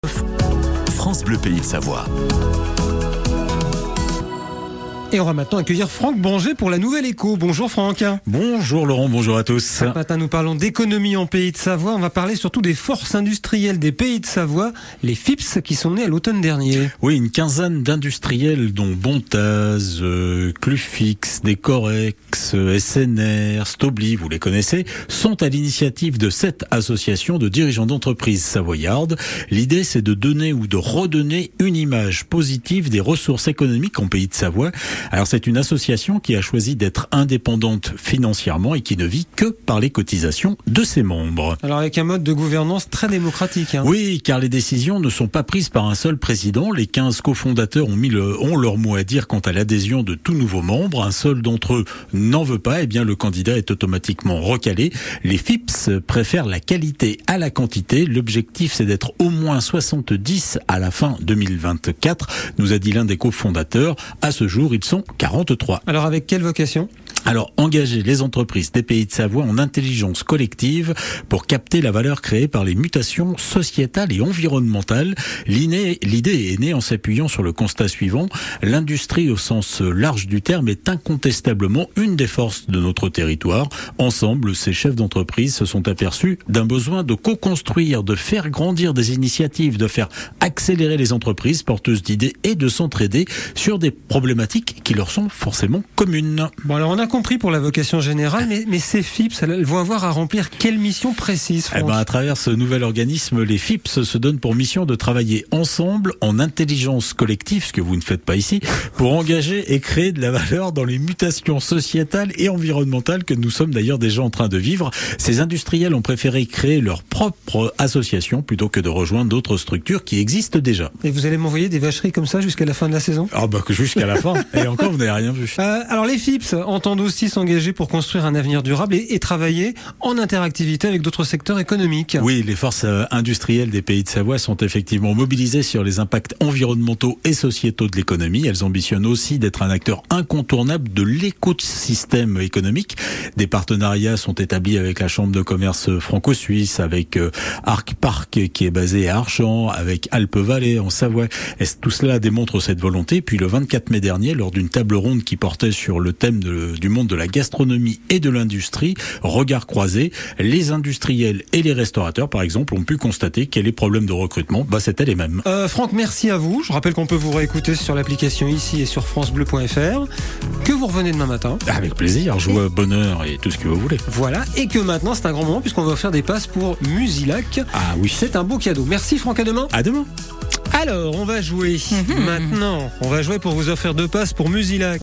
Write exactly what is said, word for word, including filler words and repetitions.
France Bleu Pays de Savoie. Et on va maintenant accueillir Franck Banger pour la Nouvelle Écho. Bonjour Franck. Bonjour Laurent, bonjour à tous. Ce matin nous parlons d'économie en Pays de Savoie. On va parler surtout des forces industrielles des Pays de Savoie, les F I P S qui sont nés à l'automne dernier. Oui, une quinzaine d'industriels dont Bontaz, euh, Clufix, Decorex, S N R, Stobli, vous les connaissez, sont à l'initiative de cette association de dirigeants d'entreprises savoyardes. L'idée, c'est de donner ou de redonner une image positive des ressources économiques en Pays de Savoie. Alors c'est une association qui a choisi d'être indépendante financièrement et qui ne vit que par les cotisations de ses membres. Alors avec un mode de gouvernance très démocratique. Hein. Oui, car les décisions ne sont pas prises par un seul président. Les quinze cofondateurs ont mis le, ont leur mot à dire quant à l'adhésion de tout nouveau membre. Un seul d'entre eux n'en veut pas, et bien le candidat est automatiquement recalé. Les F I P S préfèrent la qualité à la quantité. L'objectif, c'est d'être au moins soixante-dix à la fin deux mille vingt-quatre, nous a dit l'un des cofondateurs. À ce jour, ils sont quarante-trois. Alors avec quelle vocation ? Alors, engager les entreprises des Pays de Savoie en intelligence collective pour capter la valeur créée par les mutations sociétales et environnementales. L'idée est née en s'appuyant sur le constat suivant. L'industrie au sens large du terme est incontestablement une des forces de notre territoire. Ensemble, ces chefs d'entreprise se sont aperçus d'un besoin de co-construire, de faire grandir des initiatives, de faire accélérer les entreprises porteuses d'idées et de s'entraider sur des problématiques qui leur sont forcément communes. Bon, alors on a compris pour la vocation générale, mais, mais ces F I P S, elles vont avoir à remplir quelle mission précise, Franck ? Eh ben, à travers ce nouvel organisme, les F I P S se donnent pour mission de travailler ensemble en intelligence collective, ce que vous ne faites pas ici, pour engager et créer de la valeur dans les mutations sociétales et environnementales que nous sommes d'ailleurs déjà en train de vivre. Ces industriels ont préféré créer leur propre association plutôt que de rejoindre d'autres structures qui existent déjà. Et vous allez m'envoyer des vacheries comme ça jusqu'à la fin de la saison ? Ah bah que jusqu'à la fin. Et encore, vous n'avez rien vu. Euh, alors les F I P S entendent aussi s'engager pour construire un avenir durable et, et travailler en interactivité avec d'autres secteurs économiques. Oui, les forces industrielles des Pays de Savoie sont effectivement mobilisées sur les impacts environnementaux et sociétaux de l'économie. Elles ambitionnent aussi d'être un acteur incontournable de l'écosystème économique. Des partenariats sont établis avec la Chambre de commerce franco-suisse, avec euh, Arc Parc qui est basé à Archamps, avec Alpes-Vallée en Savoie. Et tout cela démontre cette volonté. Puis le vingt-quatre mai dernier, lors d'une table ronde qui portait sur le thème de, du monde de la gastronomie et de l'industrie, regard croisé, les industriels et les restaurateurs, par exemple, ont pu constater que les problèmes de recrutement, bah, c'était les mêmes. Euh, Franck, merci à vous. Je rappelle qu'on peut vous réécouter sur l'application ici et sur francebleu point f r. Que vous revenez demain matin. Avec plaisir, joie, bonheur et tout ce que vous voulez. Voilà, et que maintenant, c'est un grand moment puisqu'on va offrir des passes pour Musilac. Ah oui. C'est un beau cadeau. Merci Franck, à demain. À demain. Alors, on va jouer. Mmh. Maintenant, on va jouer pour vous offrir deux passes pour Musilac.